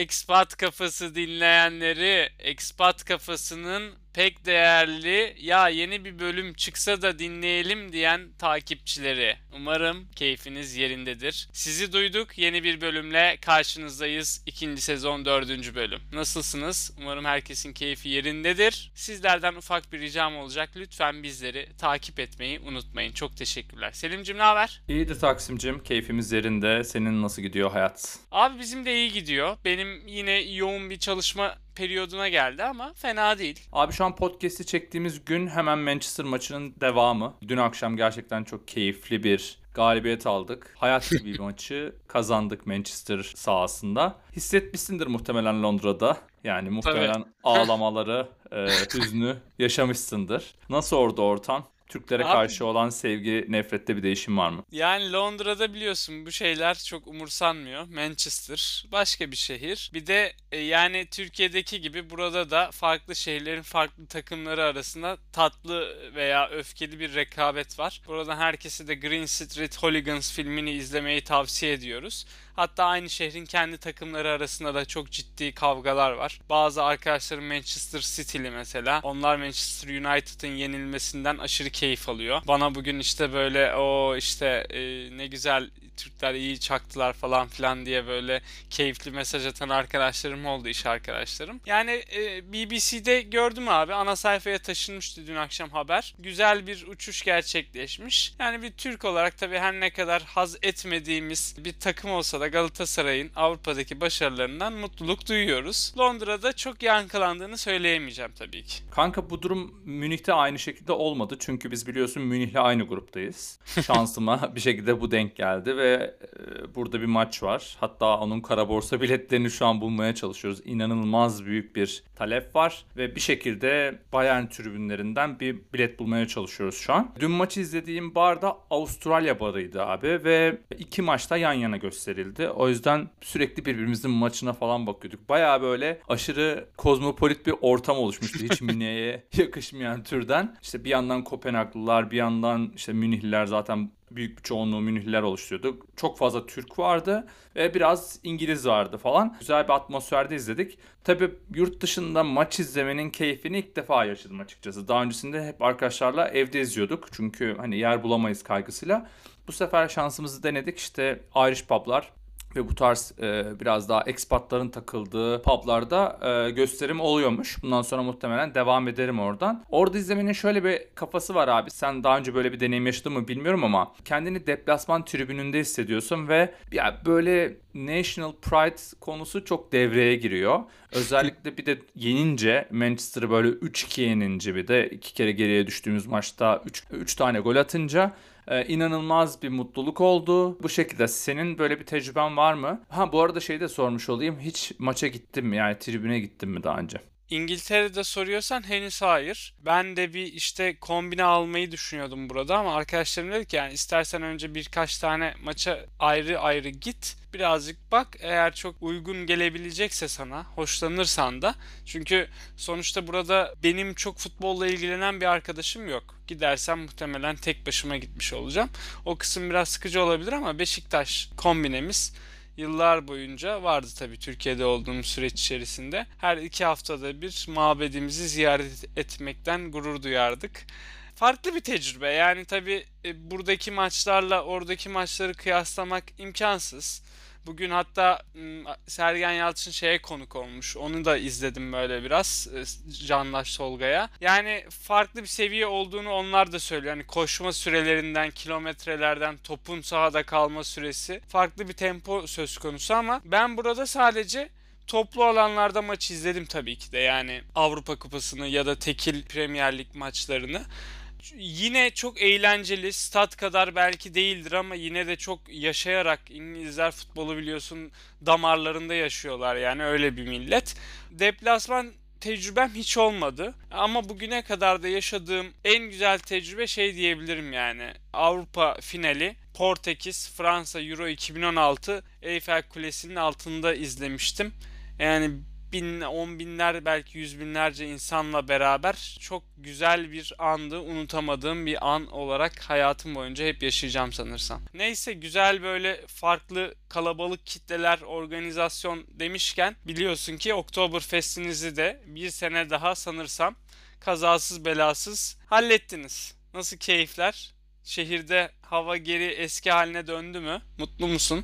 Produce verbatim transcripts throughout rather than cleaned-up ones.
Expat Kafası dinleyenleri, Expat Kafası'nın pek değerli ya yeni bir bölüm çıksa da dinleyelim diyen takipçileri. Umarım keyfiniz yerindedir. Sizi duyduk. Yeni bir bölümle karşınızdayız. İkinci sezon dördüncü bölüm. Nasılsınız? Umarım herkesin keyfi yerindedir. Sizlerden ufak bir ricam olacak. Lütfen bizleri takip etmeyi unutmayın. Çok teşekkürler. Selim'cim ne haber? İyidir Taksim'cim. Keyfimiz yerinde. Senin nasıl gidiyor hayat? Abi bizim de iyi gidiyor. Benim yine yoğun bir çalışma periyoduna geldi ama fena değil. Abi şu an podcast'i çektiğimiz gün hemen Manchester maçının devamı. Dün akşam gerçekten çok keyifli bir galibiyet aldık. Hayat gibi bir maçı kazandık Manchester sahasında. Hissetmişsindir muhtemelen Londra'da. Yani Tabii. muhtemelen ağlamaları, e, hüznü yaşamışsındır. Nasıl orada ortam? Türklere Abi karşı olan sevgi, nefrette bir değişim var mı? yani Londra'da biliyorsun bu şeyler çok umursanmıyor. Manchester başka bir şehir. Bir de e, yani Türkiye'deki gibi burada da farklı şehirlerin farklı takımları arasında tatlı veya öfkeli bir rekabet var. Buradan herkese de Green Street Hooligans filmini izlemeyi tavsiye ediyoruz. Hatta aynı şehrin kendi takımları arasında da çok ciddi kavgalar var. Bazı arkadaşlarım Manchester City'li mesela. Onlar Manchester United'ın yenilmesinden aşırı keyif alıyor. Bana bugün işte böyle o işte e, ne güzel Türkler iyi çaktılar falan filan diye böyle keyifli mesaj atan arkadaşlarım oldu, iş arkadaşlarım. Yani e, B B C'de gördüm abi, ana sayfaya taşınmıştı dün akşam haber. Güzel bir uçuş gerçekleşmiş. Yani bir Türk olarak tabii her ne kadar haz etmediğimiz bir takım olsa da Galatasaray'ın Avrupa'daki başarılarından mutluluk duyuyoruz. Londra'da çok yankılandığını söyleyemeyeceğim tabii ki. Kanka bu durum Münih'te aynı şekilde olmadı. Çünkü biz biliyorsun Münih'le aynı gruptayız. Şansıma bir şekilde bu denk geldi ve e, burada bir maç var. Hatta onun kara borsa biletlerini şu an bulmaya çalışıyoruz. İnanılmaz büyük bir talep var ve bir şekilde Bayern tribünlerinden bir bilet bulmaya çalışıyoruz şu an. Dün maçı izlediğim bar da Avustralya barıydı abi ve iki maçta yan yana gösterildi. O yüzden sürekli birbirimizin maçına falan bakıyorduk. Bayağı böyle aşırı kozmopolit bir ortam oluşmuştu. Hiç Münih'e yakışmayan türden. İşte bir yandan Kopenhaglılar, bir yandan işte Münihliler, zaten büyük bir çoğunluğu Münihliler oluşturuyordu. Çok fazla Türk vardı ve biraz İngiliz vardı falan. Güzel bir atmosferde izledik. Tabii yurt dışında maç izlemenin keyfini ilk defa yaşadım açıkçası. Daha öncesinde hep arkadaşlarla evde izliyorduk. Çünkü hani yer bulamayız kaygısıyla. Bu sefer şansımızı denedik. İşte Irish pub'lar ve bu tarz e, biraz daha expatların takıldığı publarda e, gösterim oluyormuş. Bundan sonra muhtemelen devam ederim oradan. Orada izlemenin şöyle bir kafası var abi. Sen daha önce böyle bir deneyim yaşadın mı bilmiyorum ama kendini deplasman tribününde hissediyorsun ve ya böyle national pride konusu çok devreye giriyor. Özellikle bir de yenince, Manchester'ı böyle üç iki yenince, bir de iki kere geriye düştüğümüz maçta üç üç tane gol atınca Ee, inanılmaz bir mutluluk oldu. Bu şekilde senin böyle bir tecrüben var mı? Ha, bu arada şeyi de sormuş olayım. Hiç maça gittin mi? Yani tribüne gittin mi daha önce? İngiltere'de soruyorsan henüz hayır. Ben de bir işte kombine almayı düşünüyordum burada ama arkadaşlarım dedi ki yani istersen önce birkaç tane maça ayrı ayrı git. Birazcık bak, eğer çok uygun gelebilecekse sana, hoşlanırsan da. Çünkü sonuçta burada benim çok futbolla ilgilenen bir arkadaşım yok. Gidersem muhtemelen tek başıma gitmiş olacağım. O kısım biraz sıkıcı olabilir ama Beşiktaş kombinemiz yıllar boyunca vardı tabii Türkiye'de olduğum süreç içerisinde. Her iki haftada bir mabedimizi ziyaret etmekten gurur duyardık. Farklı bir tecrübe. Yani tabii e, buradaki maçlarla oradaki maçları kıyaslamak imkansız. Bugün hatta m, Sergen Yalçın şeye konuk olmuş. Onu da izledim böyle biraz. e, Candaş Tolga'ya. Yani farklı bir seviye olduğunu onlar da söylüyor. Yani koşma sürelerinden, kilometrelerden, topun sahada kalma süresi. Farklı bir tempo söz konusu ama ben burada sadece toplu alanlarda maç izledim tabii ki de. Yani Avrupa Kupası'nı ya da tekil Premier Lig maçlarını. Yine çok eğlenceli, stat kadar belki değildir ama yine de çok yaşayarak, İngilizler futbolu biliyorsun damarlarında yaşıyorlar, yani öyle bir millet. Deplasman tecrübem hiç olmadı ama bugüne kadar da yaşadığım en güzel tecrübe şey diyebilirim yani. Avrupa finali Portekiz Fransa Euro iki bin on altı Eyfel Kulesi'nin altında izlemiştim. Yani bin, on binler belki yüz binlerce insanla beraber çok güzel bir andı. Unutamadığım bir an olarak hayatım boyunca hep yaşayacağım sanırsam. Neyse, güzel böyle farklı kalabalık kitleler, organizasyon demişken biliyorsun ki Oktoberfest'inizi de bir sene daha sanırsam kazasız belasız hallettiniz. Nasıl keyifler? Şehirde hava geri eski haline döndü mü? Mutlu musun?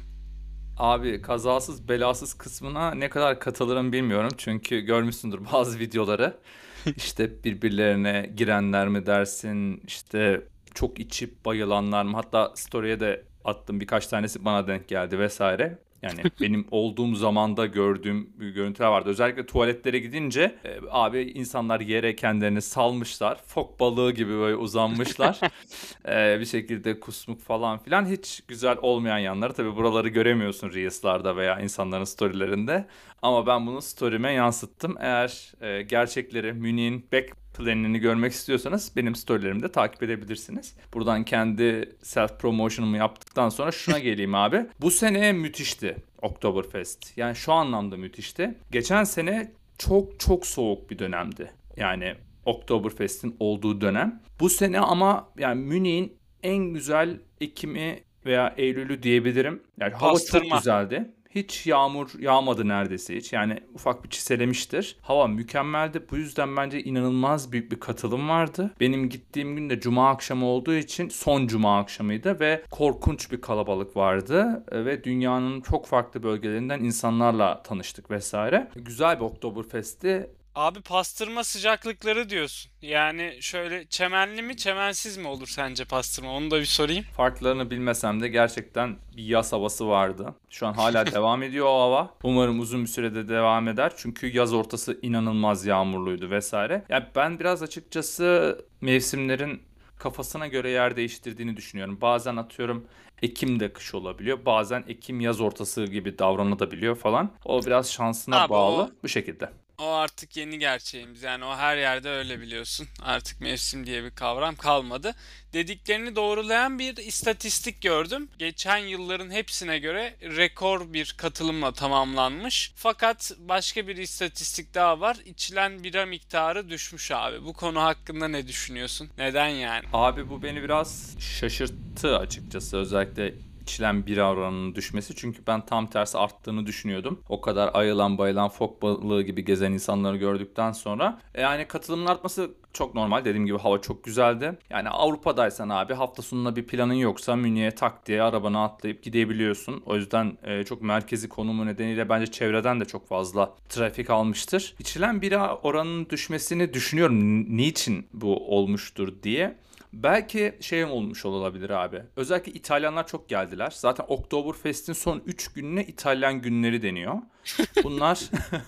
Abi kazasız belasız kısmına ne kadar katılırım bilmiyorum. Çünkü görmüşsündür bazı videoları. İşte birbirlerine girenler mi dersin, işte çok içip bayılanlar mı? Hatta story'e de attım, birkaç tanesi bana denk geldi vesaire. Yani benim olduğum zamanda gördüğüm görüntüler vardı. Özellikle tuvaletlere gidince e, abi insanlar yere kendilerini salmışlar. Fok balığı gibi böyle uzanmışlar. E, bir şekilde kusmuk falan filan. Hiç güzel olmayan yanları. Tabii buraları göremiyorsun Reels'larda veya insanların storylerinde. Ama ben bunu story'me yansıttım. Eğer e, gerçekleri, Münih'in back planını görmek istiyorsanız benim storylerimi de takip edebilirsiniz. Buradan kendi self promotion'umu yaptıktan sonra şuna geleyim abi. Bu sene müthişti Oktoberfest. Yani şu anlamda müthişti. Geçen sene çok çok soğuk bir dönemdi. Yani Oktoberfest'in olduğu dönem. Bu sene ama yani Münih'in en güzel Ekim'i veya Eylül'ü diyebilirim. Yani hava çok Pastırma. güzeldi. Hiç yağmur yağmadı neredeyse hiç. Yani ufak bir çiselemiştir. Hava mükemmeldi. Bu yüzden bence inanılmaz büyük bir katılım vardı. Benim gittiğim gün de cuma akşamı olduğu için son cuma akşamıydı ve korkunç bir kalabalık vardı. Ve dünyanın çok farklı bölgelerinden insanlarla tanıştık vesaire. Güzel bir Oktoberfest'ti. Abi pastırma sıcaklıkları diyorsun. Yani şöyle çemenli mi çemensiz mi olur sence pastırma? Onu da bir sorayım. Farklarını bilmesem de gerçekten bir yaz havası vardı. Şu an hala devam ediyor o hava. Umarım uzun bir sürede devam eder. Çünkü yaz ortası inanılmaz yağmurluydu vesaire. Yani ben biraz açıkçası mevsimlerin kafasına göre yer değiştirdiğini düşünüyorum. Bazen atıyorum Ekim'de kış olabiliyor. Bazen Ekim yaz ortası gibi davranabiliyor falan. O biraz şansına Abi o bağlı bu şekilde. O artık yeni gerçeğimiz. Yani o her yerde öyle biliyorsun. Artık mevsim diye bir kavram kalmadı. Dediklerini doğrulayan bir istatistik gördüm. Geçen yılların hepsine göre rekor bir katılımla tamamlanmış. Fakat başka bir istatistik daha var. İçilen bira miktarı düşmüş abi. Bu konu hakkında ne düşünüyorsun? Neden yani? Abi bu beni biraz şaşırttı açıkçası. Özellikle içilen bira oranının düşmesi. Çünkü ben tam tersi arttığını düşünüyordum. O kadar ayılan bayılan fok balığı gibi gezen insanları gördükten sonra. E Yani katılımın artması çok normal. Dediğim gibi hava çok güzeldi. Yani Avrupa'daysan abi hafta sonuna bir planın yoksa Münih'e tak diye arabana atlayıp gidebiliyorsun. O yüzden e, çok merkezi konumu nedeniyle bence çevreden de çok fazla trafik almıştır. İçilen bira oranının düşmesini düşünüyorum. N- Niçin bu olmuştur diye. Belki şey olmuş olabilir abi. Özellikle İtalyanlar çok geldiler. Zaten Oktoberfest'in son üç gününe İtalyan günleri deniyor. Bunlar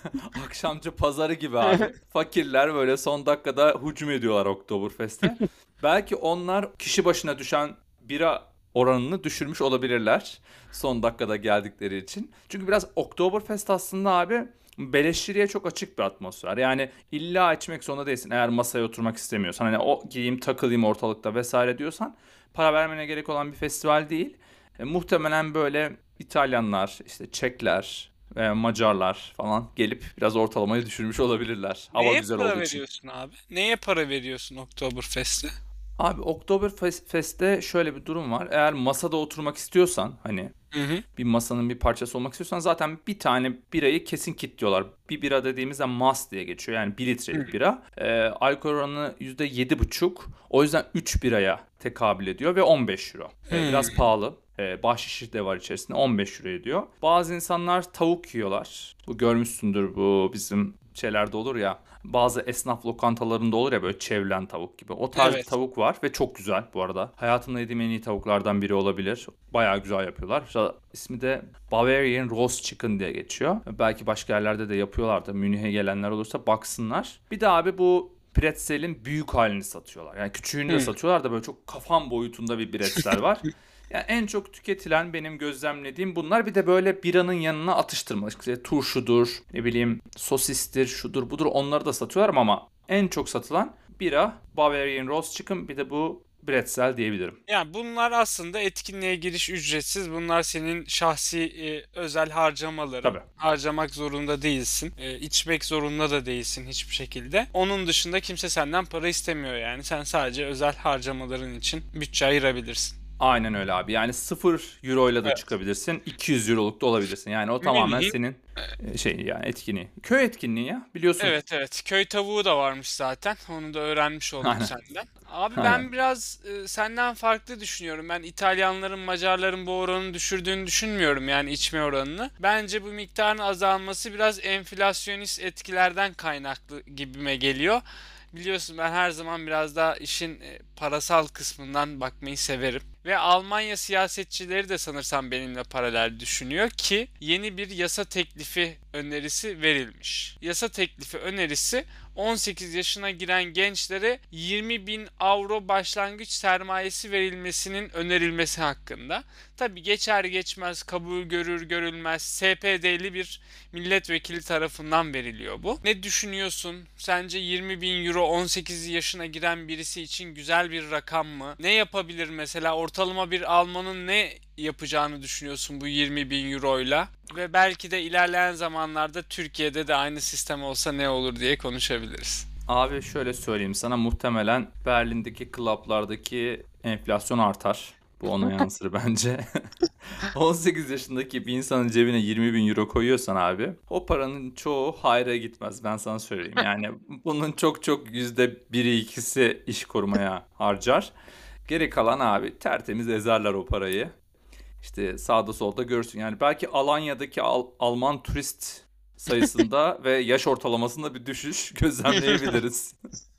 akşamcı pazarı gibi abi. Fakirler böyle son dakikada hücum ediyorlar Oktoberfest'e. Belki onlar kişi başına düşen bira oranını düşürmüş olabilirler. Son dakikada geldikleri için. Çünkü biraz Oktoberfest aslında abi beleşçiliğe çok açık bir atmosfer. Yani illa içmek zorunda değilsin. Eğer masaya oturmak istemiyorsan, hani o giyeyim takılayım ortalıkta vesaire diyorsan, para vermene gerek olan bir festival değil. E, muhtemelen böyle İtalyanlar, işte Çekler ve Macarlar falan gelip biraz ortalamayı düşürmüş olabilirler. Hava Neye güzel para olduğu için. veriyorsun abi? Neye para veriyorsun Oktoberfest'e? Abi Oktoberfest'te şöyle bir durum var. Eğer masada oturmak istiyorsan, hani Hı hı. bir masanın bir parçası olmak istiyorsan, zaten bir tane birayı kesin kilitliyorlar. Bir bira dediğimizde Mas diye geçiyor. Yani bir litrelik bira. Ee, alkol oranı yüzde yedi buçuk. O yüzden üç biraya tekabül ediyor ve on beş euro. Ee, biraz Hmm. pahalı. Ee, bahşişi de var içerisinde, on beş euro ediyor. Bazı insanlar tavuk yiyorlar. Bu görmüşsündür, bu bizim şeylerde olur ya. Bazı esnaf lokantalarında olur ya, böyle çevrilen tavuk gibi. O tarz bir Evet. tavuk var ve çok güzel bu arada. Hayatımda yediğim en iyi tavuklardan biri olabilir. Bayağı güzel yapıyorlar. İşte ismi de Bavarian Roast Chicken diye geçiyor. Belki başka yerlerde de yapıyorlardı. Münih'e gelenler olursa baksınlar. Bir de abi bu pretzelin büyük halini satıyorlar. Yani küçüğünü de Hmm. satıyorlar da böyle çok kafam boyutunda bir pretzel var. Yani en çok tüketilen, benim gözlemlediğim bunlar. Bir de böyle biranın yanına atıştırmalık. İşte turşudur, ne bileyim sosistir, şudur budur, onları da satıyorlar ama en çok satılan bira Bavarian Roast Chicken, bir de bu Bretzel diyebilirim. Yani bunlar aslında etkinliğe giriş ücretsiz. Bunlar senin şahsi e, özel harcamaların. Tabii. Harcamak zorunda değilsin. E, içmek zorunda da değilsin hiçbir şekilde. Onun dışında kimse senden para istemiyor yani. Sen sadece özel harcamaların için bütçe ayırabilirsin. Aynen öyle abi. Yani sıfır euro ile de Evet. çıkabilirsin. iki yüz euroluk da olabilirsin. Yani o tamamen Bildiğin senin e, şey yani etkinliği. Köy etkinliği ya biliyorsun. Evet, evet. Köy tavuğu da varmış zaten. Onu da öğrenmiş oldum Aynen. senden. Abi Aynen. ben biraz e, senden farklı düşünüyorum. Ben İtalyanların, Macarların bu oranı düşürdüğünü düşünmüyorum, yani içme oranını. Bence bu miktarın azalması biraz enflasyonist etkilerden kaynaklı gibime geliyor. Biliyorsun ben her zaman biraz daha işin e, parasal kısmından bakmayı severim. Ve Almanya siyasetçileri de sanırsam benimle paralel düşünüyor ki yeni bir yasa teklifi önerisi verilmiş. Yasa teklifi önerisi on sekiz yaşına giren gençlere yirmi bin avro başlangıç sermayesi verilmesinin önerilmesi hakkında. Tabi geçer geçmez, kabul görür görülmez, S P D'li bir milletvekili tarafından veriliyor bu. Ne düşünüyorsun? Sence yirmi bin euro on sekiz yaşına giren birisi için güzel bir rakam mı? Ne yapabilir mesela? Ortalama bir Almanın ne yapacağını düşünüyorsun bu yirmi bin euroyla? Ve belki de ilerleyen zamanlarda Türkiye'de de aynı sistem olsa ne olur diye konuşabiliriz. Abi şöyle söyleyeyim sana, muhtemelen Berlin'deki klaplardaki enflasyon artar. Bu ona yansır bence. on sekiz yaşındaki bir insanın cebine yirmi bin euro koyuyorsan abi, o paranın çoğu hayra gitmez, ben sana söyleyeyim. Yani bunun çok çok yüzde biri ikisi iş korumaya harcar. Geri kalan abi tertemiz ezerler o parayı. İşte sağda solda görsün. Yani belki Alanya'daki Al- Alman turist sayısında ve yaş ortalamasında bir düşüş gözlemleyebiliriz.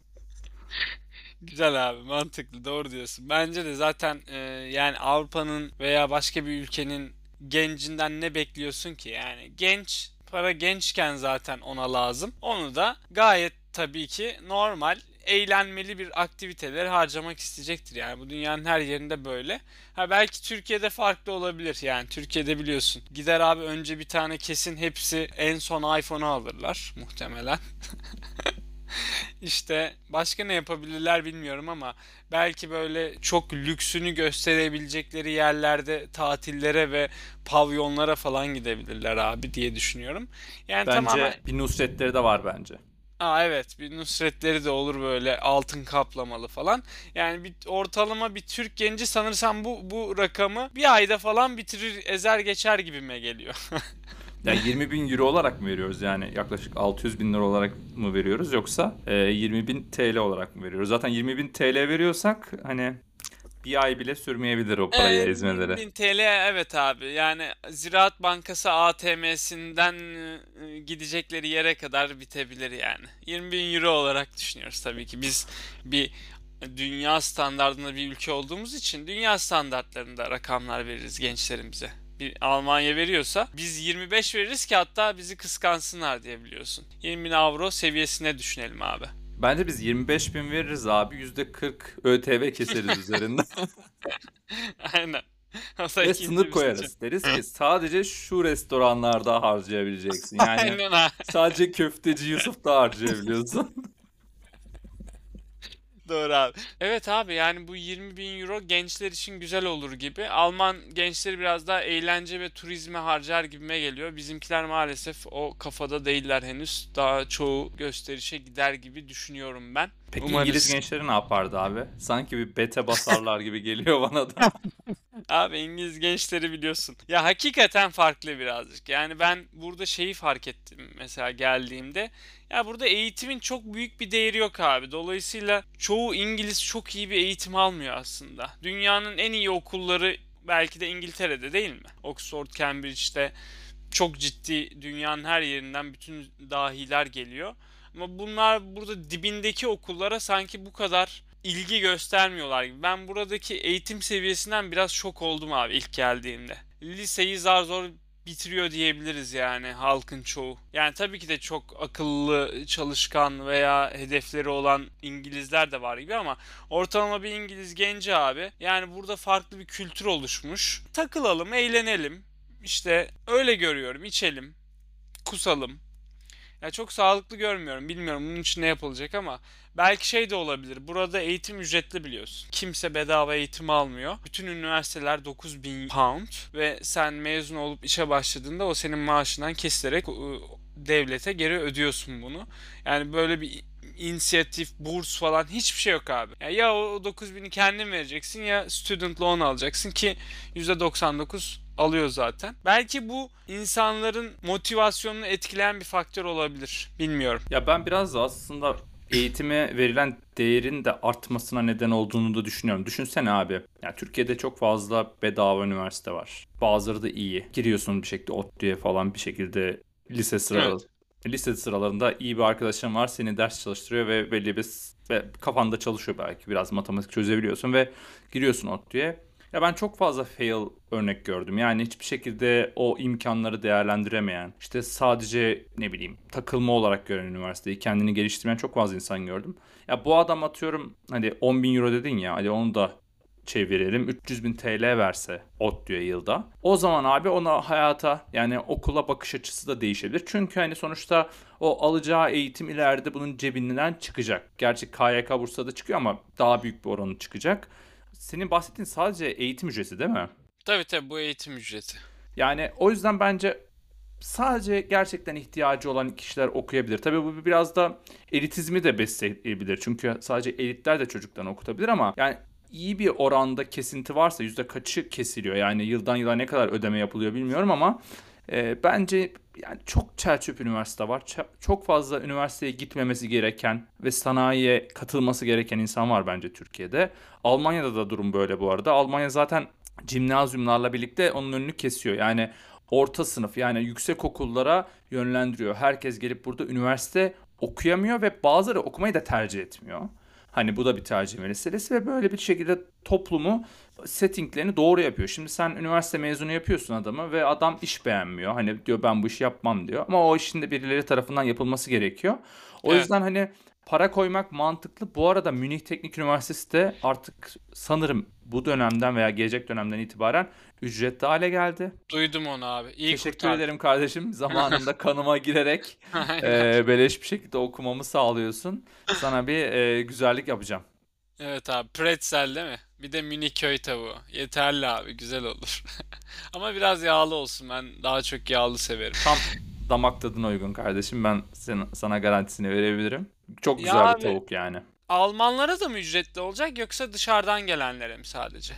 Güzel abi, mantıklı, doğru diyorsun. Bence de zaten e, yani Avrupa'nın veya başka bir ülkenin gencinden ne bekliyorsun ki? Yani genç, para gençken zaten ona lazım. Onu da gayet tabii ki normal eğlenmeli bir aktiviteler harcamak isteyecektir. Yani bu dünyanın her yerinde böyle. Ha belki Türkiye'de farklı olabilir. Yani Türkiye'de biliyorsun. Gider abi önce bir tane, kesin hepsi en son iPhone'u alırlar muhtemelen. İşte başka ne yapabilirler bilmiyorum ama belki böyle çok lüksünü gösterebilecekleri yerlerde tatillere ve pavyonlara falan gidebilirler abi diye düşünüyorum. Yani tamamen, Bence bir Nusretleri de var bence. aa evet, bir Nusretleri de olur böyle altın kaplamalı falan. Yani bir ortalama bir Türk genci sanırsam bu bu rakamı bir ayda falan bitirir, ezer geçer gibime geliyor. Ya yirmi bin euro olarak mı veriyoruz, yani yaklaşık altı yüz bin lira olarak mı veriyoruz, yoksa e, yirmi bin T L olarak mı veriyoruz? Zaten yirmi bin T L veriyorsak hani bir ay bile sürmeyebilir o parayı Evet, yirmi ezmeleri. bin T L, evet abi. Yani Ziraat Bankası A T M'sinden e, gidecekleri yere kadar bitebilir yani. yirmi bin euro olarak düşünüyoruz tabii ki. Biz bir dünya standartında bir ülke olduğumuz için dünya standartlarında rakamlar veririz gençlerimize. Bir Almanya veriyorsa biz yirmi beş veririz ki hatta bizi kıskansınlar diye, biliyorsun. yirmi bin avro seviyesine düşünelim abi. Bence biz yirmi beş bin veririz abi, yüzde kırk ÖTV keseriz üzerinden. Aynen. O da Ve ikinci sınır bir seçenek. koyarız. Deriz ki sadece şu restoranlarda harcayabileceksin. Yani Aynen abi. sadece Köfteci Yusuf'ta harcayabiliyorsun. Doğru abi. Evet abi, yani bu yirmi bin euro gençler için güzel olur gibi. Alman gençleri biraz daha eğlence ve turizme harcar gibime geliyor. Bizimkiler maalesef o kafada değiller henüz. Daha çoğu gösterişe gider gibi düşünüyorum ben. Peki İngiliz Umarız. gençleri ne yapardı abi? Sanki bir bete basarlar gibi geliyor bana da. Abi İngiliz gençleri biliyorsun. Ya hakikaten farklı birazcık. Yani ben burada şeyi fark ettim mesela geldiğimde. Ya burada eğitimin çok büyük bir değeri yok abi. Dolayısıyla çoğu İngiliz çok iyi bir eğitim almıyor aslında. Dünyanın en iyi okulları belki de İngiltere'de, değil mi? Oxford, Cambridge'de çok ciddi, dünyanın her yerinden bütün dahiler geliyor. Ama bunlar burada dibindeki okullara sanki bu kadar ilgi göstermiyorlar gibi. Ben buradaki eğitim seviyesinden biraz şok oldum abi ilk geldiğimde. Liseyi zar zor bitiriyor diyebiliriz yani halkın çoğu. Yani tabii ki de çok akıllı, çalışkan veya hedefleri olan İngilizler de var gibi ama ortalama bir İngiliz genci abi, yani burada farklı bir kültür oluşmuş. Takılalım, eğlenelim. İşte öyle görüyorum. İçelim, kusalım. Ya çok sağlıklı görmüyorum. Bilmiyorum bunun için ne yapılacak ama belki şey de olabilir. Burada eğitim ücretli biliyorsun. Kimse bedava eğitim almıyor. Bütün üniversiteler dokuz bin pound ve sen mezun olup işe başladığında o senin maaşından kesilerek ıı, devlete geri ödüyorsun bunu. Yani böyle bir inisiyatif, burs falan hiçbir şey yok abi. Ya, ya o dokuz bini kendin vereceksin ya student loan alacaksın ki yüzde doksan dokuz alıyor zaten. Belki bu insanların motivasyonunu etkileyen bir faktör olabilir. Bilmiyorum. Ya ben biraz da aslında eğitime verilen değerin de artmasına neden olduğunu da düşünüyorum. Düşünsene abi. Ya Türkiye'de çok fazla bedava üniversite var. Bazıları da iyi. Giriyorsun bir şekilde ODTÜ'ye falan bir şekilde lise sıra Evet. lise sıralarında iyi bir arkadaşın var. Seni ders çalıştırıyor ve belli bir ve kafanda çalışıyor belki. Biraz matematik çözebiliyorsun ve giriyorsun ODTÜ'ye. Ya ben çok fazla fail örnek gördüm. Yani hiçbir şekilde o imkanları değerlendiremeyen, işte sadece ne bileyim takılma olarak gören üniversiteyi, kendini geliştirmeyen çok fazla insan gördüm. Ya bu adam atıyorum hadi on bin euro dedin ya, hadi onu da çevirelim üç yüz bin T L verse ODTÜ'ye yılda. O zaman abi ona hayata yani okula bakış açısı da değişebilir. Çünkü hani sonuçta o alacağı eğitim ileride bunun cebinden çıkacak. Gerçi K Y K bursları da çıkıyor ama daha büyük bir oranı çıkacak. Senin bahsettiğin sadece eğitim ücreti değil mi? Tabii tabii bu eğitim ücreti. Yani o yüzden bence sadece gerçekten ihtiyacı olan kişiler okuyabilir. Tabii bu biraz da elitizmi de besleyebilir. Çünkü sadece elitler de çocuklarını okutabilir ama yani iyi bir oranda kesinti varsa yüzde kaçı kesiliyor? Yani yıldan yıla ne kadar ödeme yapılıyor bilmiyorum ama e, bence yani çok çerçöp üniversite var. Ç- çok fazla üniversiteye gitmemesi gereken ve sanayiye katılması gereken insan var bence Türkiye'de. Almanya'da da durum böyle bu arada. Almanya zaten cimnazyumlarla birlikte onun önünü kesiyor. Yani orta sınıf yani yüksek okullara yönlendiriyor. Herkes gelip burada üniversite okuyamıyor ve bazıları okumayı da tercih etmiyor. Hani bu da bir tercih meselesi ve böyle bir şekilde toplumu settinglerini doğru yapıyor. Şimdi sen üniversite mezunu yapıyorsun adamı ve adam iş beğenmiyor. Hani diyor ben bu işi yapmam diyor. Ama o işin de birileri tarafından yapılması gerekiyor. O Evet. yüzden hani para koymak mantıklı. Bu arada Münih Teknik Üniversitesi de artık sanırım bu dönemden veya gelecek dönemden itibaren ücretli hale geldi. Duydum onu abi. İyi Teşekkür kurtardın. ederim kardeşim. Zamanında kanıma girerek Aynen. e, beleş bir şekilde okumamı sağlıyorsun. Sana bir e, güzellik yapacağım. Evet abi. Pretzel değil mi? Bir de mini köy tavuğu. Yeterli abi. Güzel olur. Ama biraz yağlı olsun. Ben daha çok yağlı severim. Tam damak tadına uygun kardeşim. Ben sana, sana garantisini verebilirim. Çok Ya güzel bir abi tavuk yani. Almanlara da mı ücretli olacak yoksa dışarıdan gelenlere mi sadece?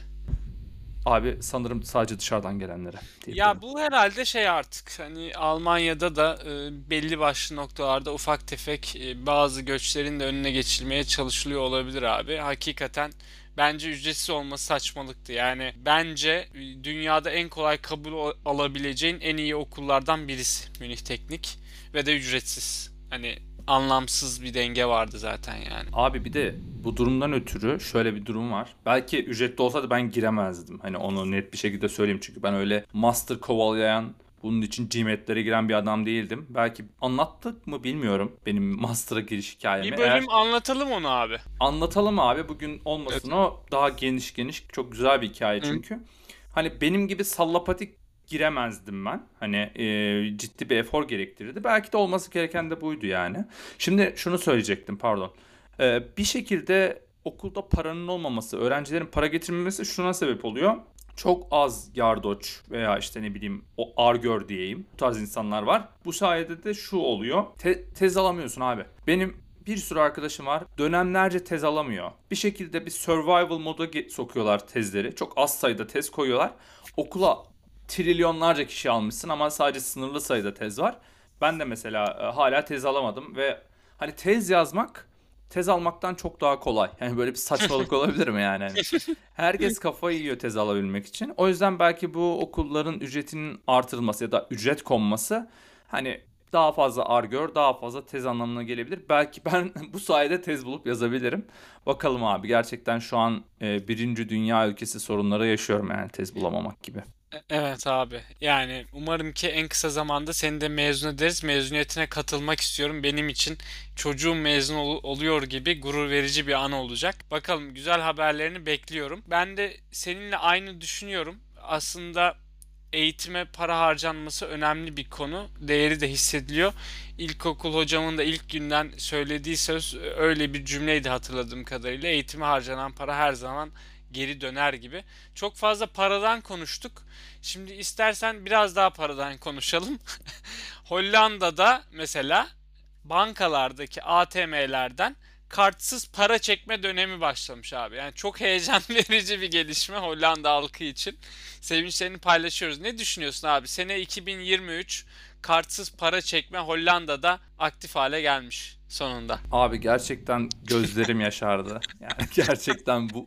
Abi sanırım sadece dışarıdan gelenlere Ya diyebilirim. bu herhalde şey artık hani Almanya'da da e, belli başlı noktalarda ufak tefek e, bazı göçlerin de önüne geçilmeye çalışılıyor olabilir abi. Hakikaten bence ücretsiz olması saçmalıktı. Yani bence e, dünyada en kolay kabul o- alabileceğin en iyi okullardan birisi Münih Teknik ve de ücretsiz. Hani anlamsız bir denge vardı zaten yani. Abi bir de bu durumdan ötürü şöyle bir durum var. Belki ücretli olsa da ben giremezdim. Hani onu net bir şekilde söyleyeyim. Çünkü ben öyle master kovalayan, bunun için cimetlere giren bir adam değildim. Belki anlattık mı bilmiyorum benim master'a giriş hikayemi. Bir Eğer bölüm anlatalım onu abi. anlatalım abi bugün Evet. olmasın o daha geniş geniş çok güzel bir hikaye Hı. çünkü. Hani benim gibi sallapatik giremezdim ben. Hani e, ciddi bir efor gerektirirdi. Belki de olması gereken de buydu yani. Şimdi şunu söyleyecektim pardon. E, bir şekilde okulda paranın olmaması, öğrencilerin para getirmemesi şuna sebep oluyor. Çok az yardoç veya işte ne bileyim o argör diyeyim. Bu tarz insanlar var. Bu sayede de şu oluyor. Te- tez alamıyorsun abi. Benim bir sürü arkadaşım var. Dönemlerce tez alamıyor. Bir şekilde bir survival moda ge- sokuyorlar tezleri. Çok az sayıda tez koyuyorlar. Okula trilyonlarca kişi almışsın ama sadece sınırlı sayıda tez var. Ben de mesela e, hala tez alamadım ve hani tez yazmak tez almaktan çok daha kolay. Yani böyle bir saçmalık olabilir mi yani? Hani herkes kafayı yiyor tez alabilmek için. O yüzden belki bu okulların ücretinin artırılması ya da ücret konması hani daha fazla argör, daha fazla tez anlamına gelebilir. Belki ben bu sayede tez bulup yazabilirim. Bakalım abi gerçekten şu an e, birinci dünya ülkesi sorunları yaşıyorum yani tez bulamamak gibi. E- Evet abi. Yani umarım ki en kısa zamanda seni de mezun ederiz. Mezuniyetine katılmak istiyorum. Benim için çocuğum mezun ol- oluyor gibi gurur verici bir an olacak. Bakalım güzel haberlerini bekliyorum. Ben de seninle aynı düşünüyorum. Aslında eğitime para harcanması önemli bir konu. Değeri de hissediliyor. İlkokul hocamın da ilk günden söylediği söz öyle bir cümleydi hatırladığım kadarıyla. Eğitime harcanan para her zaman geri döner gibi. Çok fazla paradan konuştuk. Şimdi istersen biraz daha paradan konuşalım. Hollanda'da mesela bankalardaki A T M'lerden kartsız para çekme dönemi başlamış abi. Yani çok heyecan verici bir gelişme Hollanda halkı için. Sevinçlerini paylaşıyoruz. Ne düşünüyorsun abi? Sene iki bin yirmi üç, kartsız para çekme Hollanda'da aktif hale gelmiş sonunda. Abi gerçekten gözlerim yaşardı. Yani gerçekten bu,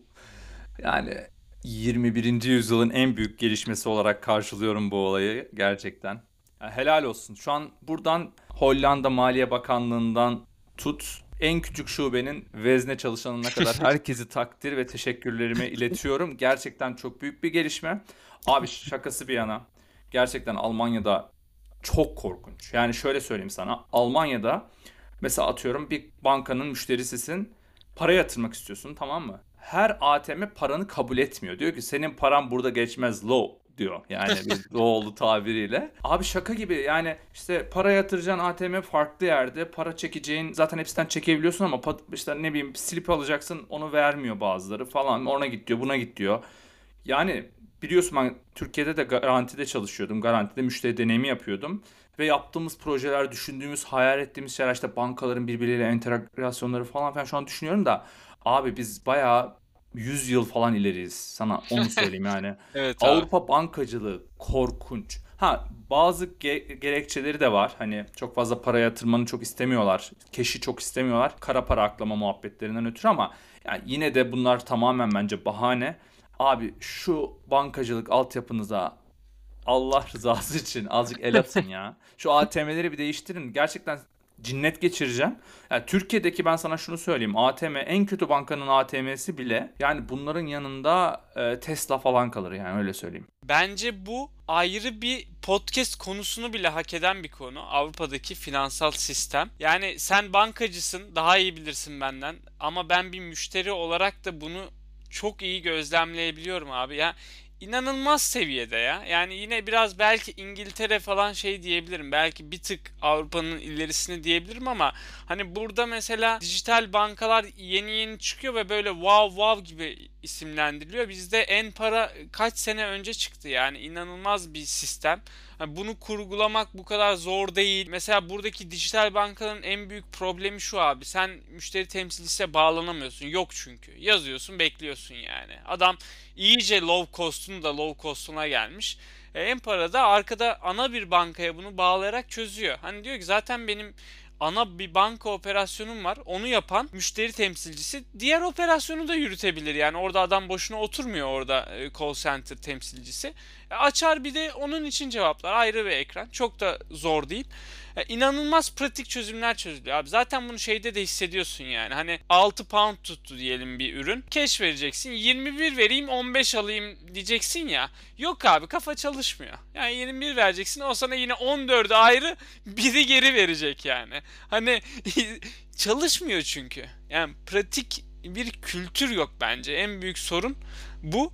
yani yirmi birinci yüzyılın en büyük gelişmesi olarak karşılıyorum bu olayı gerçekten. Ya helal olsun. Şu an buradan Hollanda Maliye Bakanlığı'ndan tut en küçük şubenin vezne çalışanına kadar herkesi takdir ve teşekkürlerimi iletiyorum. Gerçekten çok büyük bir gelişme. Abi şakası bir yana, gerçekten Almanya'da çok korkunç. Yani şöyle söyleyeyim sana. Almanya'da mesela atıyorum bir bankanın müşterisisin. Para yatırmak istiyorsun, tamam mı? Her A T M paranı kabul etmiyor. Diyor ki senin paran burada geçmez, low diyor. Yani bir Low'lu tabiriyle. Abi şaka gibi, yani işte para yatıracağın A T M farklı yerde. Para çekeceğin zaten hepsinden çekebiliyorsun ama pat- işte ne bileyim slip alacaksın, onu vermiyor bazıları falan. Ona git diyor, buna git diyor. Yani biliyorsun ben Türkiye'de de garantide çalışıyordum. Garantide müşteri deneyimi yapıyordum. Ve yaptığımız projeler, düşündüğümüz, hayal ettiğimiz şeyler, işte bankaların birbiriyle entegrasyonları falan filan şu an düşünüyorum da abi biz bayağı yüz yıl falan ileriyiz. Sana onu söyleyeyim yani. Evet abi. Avrupa bankacılığı korkunç. Ha, bazı ge- gerekçeleri de var. Hani çok fazla para yatırmanı çok istemiyorlar. Keşi çok istemiyorlar. Kara para aklama muhabbetlerinden ötürü ama yani yine de bunlar tamamen bence bahane. Abi şu bankacılık altyapınıza Allah rızası için azıcık el atın ya. Şu A T M'leri bir değiştirin. Gerçekten cinnet geçireceğim. Yani Türkiye'deki, ben sana şunu söyleyeyim. A T M, en kötü bankanın A T M'si bile yani bunların yanında e, Tesla falan kalır, yani öyle söyleyeyim. Bence bu ayrı bir podcast konusunu bile hak eden bir konu. Avrupa'daki finansal sistem. Yani sen bankacısın, daha iyi bilirsin benden. Ama ben bir müşteri olarak da bunu çok iyi gözlemleyebiliyorum abi ya. İnanılmaz seviyede ya. Yani yine biraz belki İngiltere falan şey diyebilirim. Belki bir tık Avrupa'nın ilerisini diyebilirim ama hani burada mesela dijital bankalar yeni yeni çıkıyor ve böyle wow wow gibi isimlendiriliyor. Bizde en para kaç sene önce çıktı, yani inanılmaz bir sistem. Hani bunu kurgulamak bu kadar zor değil. Mesela buradaki dijital bankaların en büyük problemi şu abi. Sen müşteri temsilcisine bağlanamıyorsun. Yok çünkü. Yazıyorsun, bekliyorsun yani. Adam iyice low cost'un da low cost'una gelmiş. E, en para da arkada ana bir bankaya bunu bağlayarak çözüyor. Hani diyor ki zaten benim ana bir banka operasyonum var. Onu yapan müşteri temsilcisi diğer operasyonu da yürütebilir. Yani orada adam boşuna oturmuyor, orada e, call center temsilcisi. E, açar bir de onun için cevaplar. Ayrı bir ekran. Çok da zor değil. E, inanılmaz pratik çözümler çözülüyor abi. Zaten bunu şeyde de hissediyorsun yani. Hani altı pound tuttu diyelim bir ürün. Cash vereceksin. yirmi bir vereyim on beş alayım diyeceksin ya. Yok abi, kafa çalışmıyor. Yani yirmi bir vereceksin, o sana yine on dördü ayrı, biri geri verecek yani. Hani çalışmıyor çünkü. Yani pratik bir kültür yok bence. En büyük sorun bu.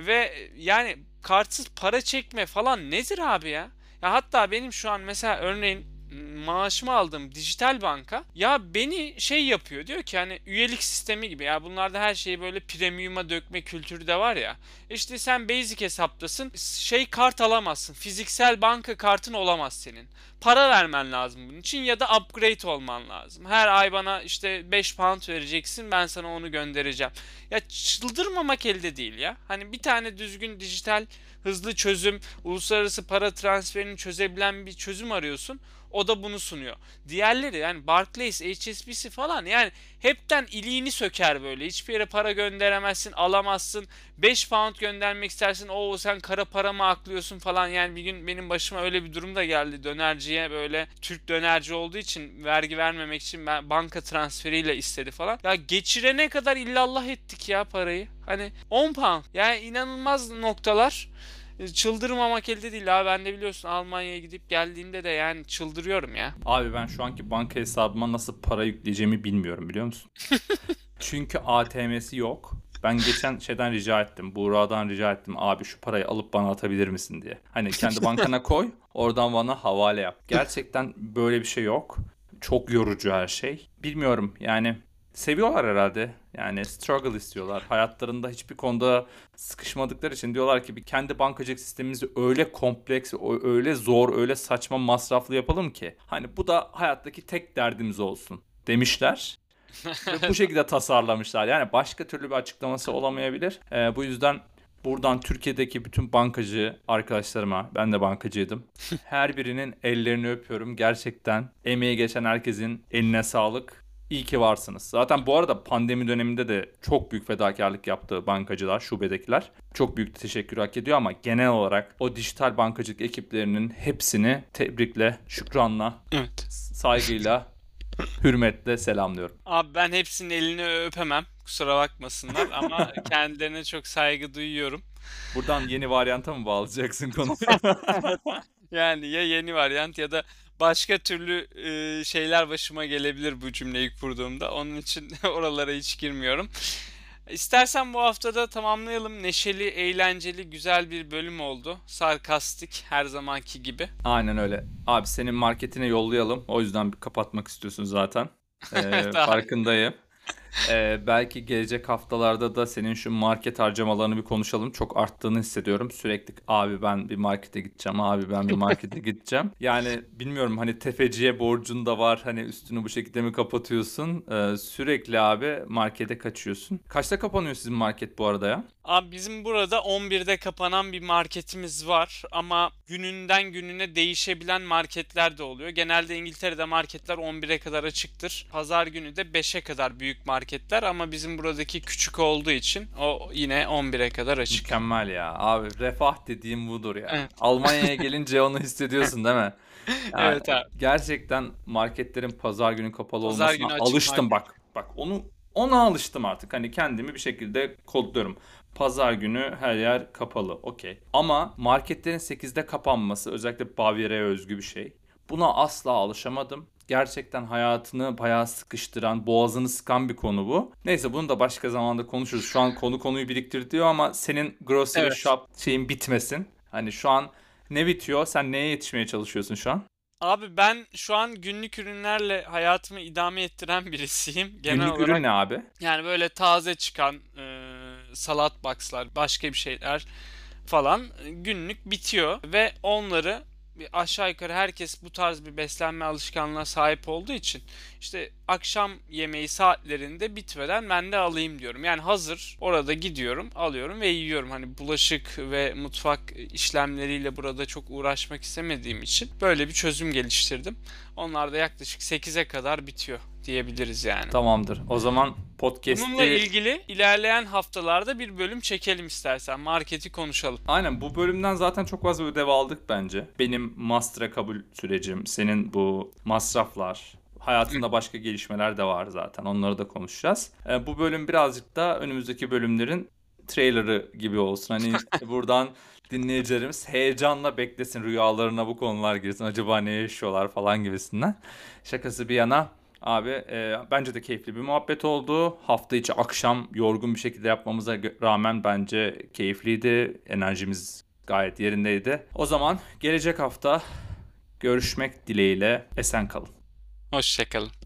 Ve yani kartsız para çekme falan nedir abi ya? Ya hatta benim şu an mesela örneğin maaşımı aldığım dijital banka ya beni şey yapıyor, diyor ki hani üyelik sistemi gibi ya, bunlarda her şeyi böyle premium'a dökme kültürü de var ya. İşte sen basic hesaptasın, şey kart alamazsın, fiziksel banka kartın olamaz senin. Para vermen lazım bunun için ya da upgrade olman lazım. Her ay bana işte beş pound vereceksin, ben sana onu göndereceğim. Ya çıldırmamak elde değil ya. Hani bir tane düzgün dijital hızlı çözüm, uluslararası para transferini çözebilen bir çözüm arıyorsun. O da bunu sunuyor. Diğerleri yani Barclays, H S B C falan yani hepten iliğini söker böyle. Hiçbir yere para gönderemezsin, alamazsın. beş pound göndermek istersin. Oo sen kara para mı aklıyorsun falan. Yani bir gün benim başıma öyle bir durum da geldi. Dönerciye, böyle Türk dönerci olduğu için vergi vermemek için ben banka transferiyle istedi falan. Ya geçirene kadar illallah ettik ya parayı. Hani on pound. Yani inanılmaz noktalar. Çıldırmamak elde değil abi. Ben de biliyorsun Almanya'ya gidip geldiğimde de yani çıldırıyorum ya. Abi ben şu anki banka hesabıma nasıl para yükleyeceğimi bilmiyorum, biliyor musun? Çünkü A T M'si yok. Ben geçen şeyden rica ettim. Buğra'dan rica ettim. Abi şu parayı alıp bana atabilir misin diye. Hani kendi bankana koy. Oradan bana havale yap. Gerçekten böyle bir şey yok. Çok yorucu her şey. Bilmiyorum yani seviyorlar herhalde. Yani struggle istiyorlar. Hayatlarında hiçbir konuda sıkışmadıkları için diyorlar ki bir kendi bankacılık sistemimizi öyle kompleks, ö- öyle zor, öyle saçma masraflı yapalım ki. Hani bu da hayattaki tek derdimiz olsun demişler. Ve bu şekilde tasarlamışlar. Yani başka türlü bir açıklaması olamayabilir. Ee, bu yüzden buradan Türkiye'deki bütün bankacı arkadaşlarıma, ben de bankacıydım. Her birinin ellerini öpüyorum. Gerçekten emeği geçen herkesin eline sağlık. İyi ki varsınız. Zaten bu arada pandemi döneminde de çok büyük fedakarlık yaptı bankacılar, şubedekiler. Çok büyük teşekkür hak ediyor ama genel olarak o dijital bankacılık ekiplerinin hepsini tebrikle, şükranla, Evet. saygıyla, hürmetle selamlıyorum. Abi ben hepsinin elini öpemem. Kusura bakmasınlar ama kendilerine çok saygı duyuyorum. Buradan yeni varyanta mı bağlayacaksın konuyu? Yani ya yeni varyant ya da başka türlü e, şeyler başıma gelebilir bu cümleyi kurduğumda. Onun için oralara hiç girmiyorum. İstersen bu haftada tamamlayalım. Neşeli, eğlenceli, güzel bir bölüm oldu. Sarkastik her zamanki gibi. Aynen öyle. Abi senin marketine yollayalım. O yüzden bir kapatmak istiyorsun zaten. Ee, Daha farkındayım. Ee, belki gelecek haftalarda da senin şu market harcamalarını bir konuşalım. Çok arttığını hissediyorum. Sürekli abi ben bir markete gideceğim, abi ben bir markete gideceğim. Yani bilmiyorum hani tefeciye borcun da var. Hani üstünü bu şekilde mi kapatıyorsun? Ee, sürekli abi markete kaçıyorsun. Kaçta kapanıyor sizin market bu arada ya? Abi bizim burada on birde kapanan bir marketimiz var ama gününden gününe değişebilen marketler de oluyor. Genelde İngiltere'de marketler on bire kadar açıktır. Pazar günü de beşe kadar büyük marketler ama bizim buradaki küçük olduğu için o yine on bire kadar açık. Mükemmel ya. Abi refah dediğim budur ya. Evet. Almanya'ya gelince onu hissediyorsun değil mi? Yani Evet abi. gerçekten marketlerin pazar günü kapalı Pazar olmasına günü açık alıştım market. bak. Bak onu ona alıştım artık. Hani kendimi bir şekilde kodluyorum. Pazar günü her yer kapalı. Okey. Ama marketlerin sekizde kapanması özellikle Bavyera'ya özgü bir şey. Buna asla alışamadım. Gerçekten hayatını bayağı sıkıştıran, boğazını sıkan bir konu bu. Neyse bunu da başka zamanda konuşuruz. Şu an konu konuyu biriktir diyor ama senin grocery Evet. shop şeyin bitmesin. Hani şu an ne bitiyor? Sen neye yetişmeye çalışıyorsun şu an? Abi ben şu an günlük ürünlerle hayatımı idame ettiren birisiyim. Genel Günlük ürün olarak ne abi? yani böyle taze çıkan e, salat box'lar, başka bir şeyler falan e, günlük bitiyor ve onları bir aşağı yukarı herkes bu tarz bir beslenme alışkanlığına sahip olduğu için işte akşam yemeği saatlerinde bitmeden ben de alayım diyorum. Yani hazır orada gidiyorum, alıyorum ve yiyorum. Hani bulaşık ve mutfak işlemleriyle burada çok uğraşmak istemediğim için böyle bir çözüm geliştirdim. Onlar da yaklaşık sekize kadar bitiyor diyebiliriz yani. Tamamdır. O zaman Bununla podcast'i ilgili ilerleyen haftalarda bir bölüm çekelim istersen. Marketi konuşalım. aynen bu bölümden zaten çok fazla ödev aldık bence. Benim master'a kabul sürecim, senin bu masraflar, hayatında başka gelişmeler de var zaten. Onları da konuşacağız. Ee, bu bölüm birazcık da önümüzdeki bölümlerin trailerı gibi olsun. Hani buradan dinleyicilerimiz heyecanla beklesin, rüyalarına bu konular girsin. Acaba ne yaşıyorlar falan gibisinden. Şakası bir yana. Abi e, bence de keyifli bir muhabbet oldu. Hafta içi akşam yorgun bir şekilde yapmamıza gö- rağmen bence keyifliydi. Enerjimiz gayet yerindeydi. O zaman gelecek hafta görüşmek dileğiyle esen kalın. Hoşçakalın.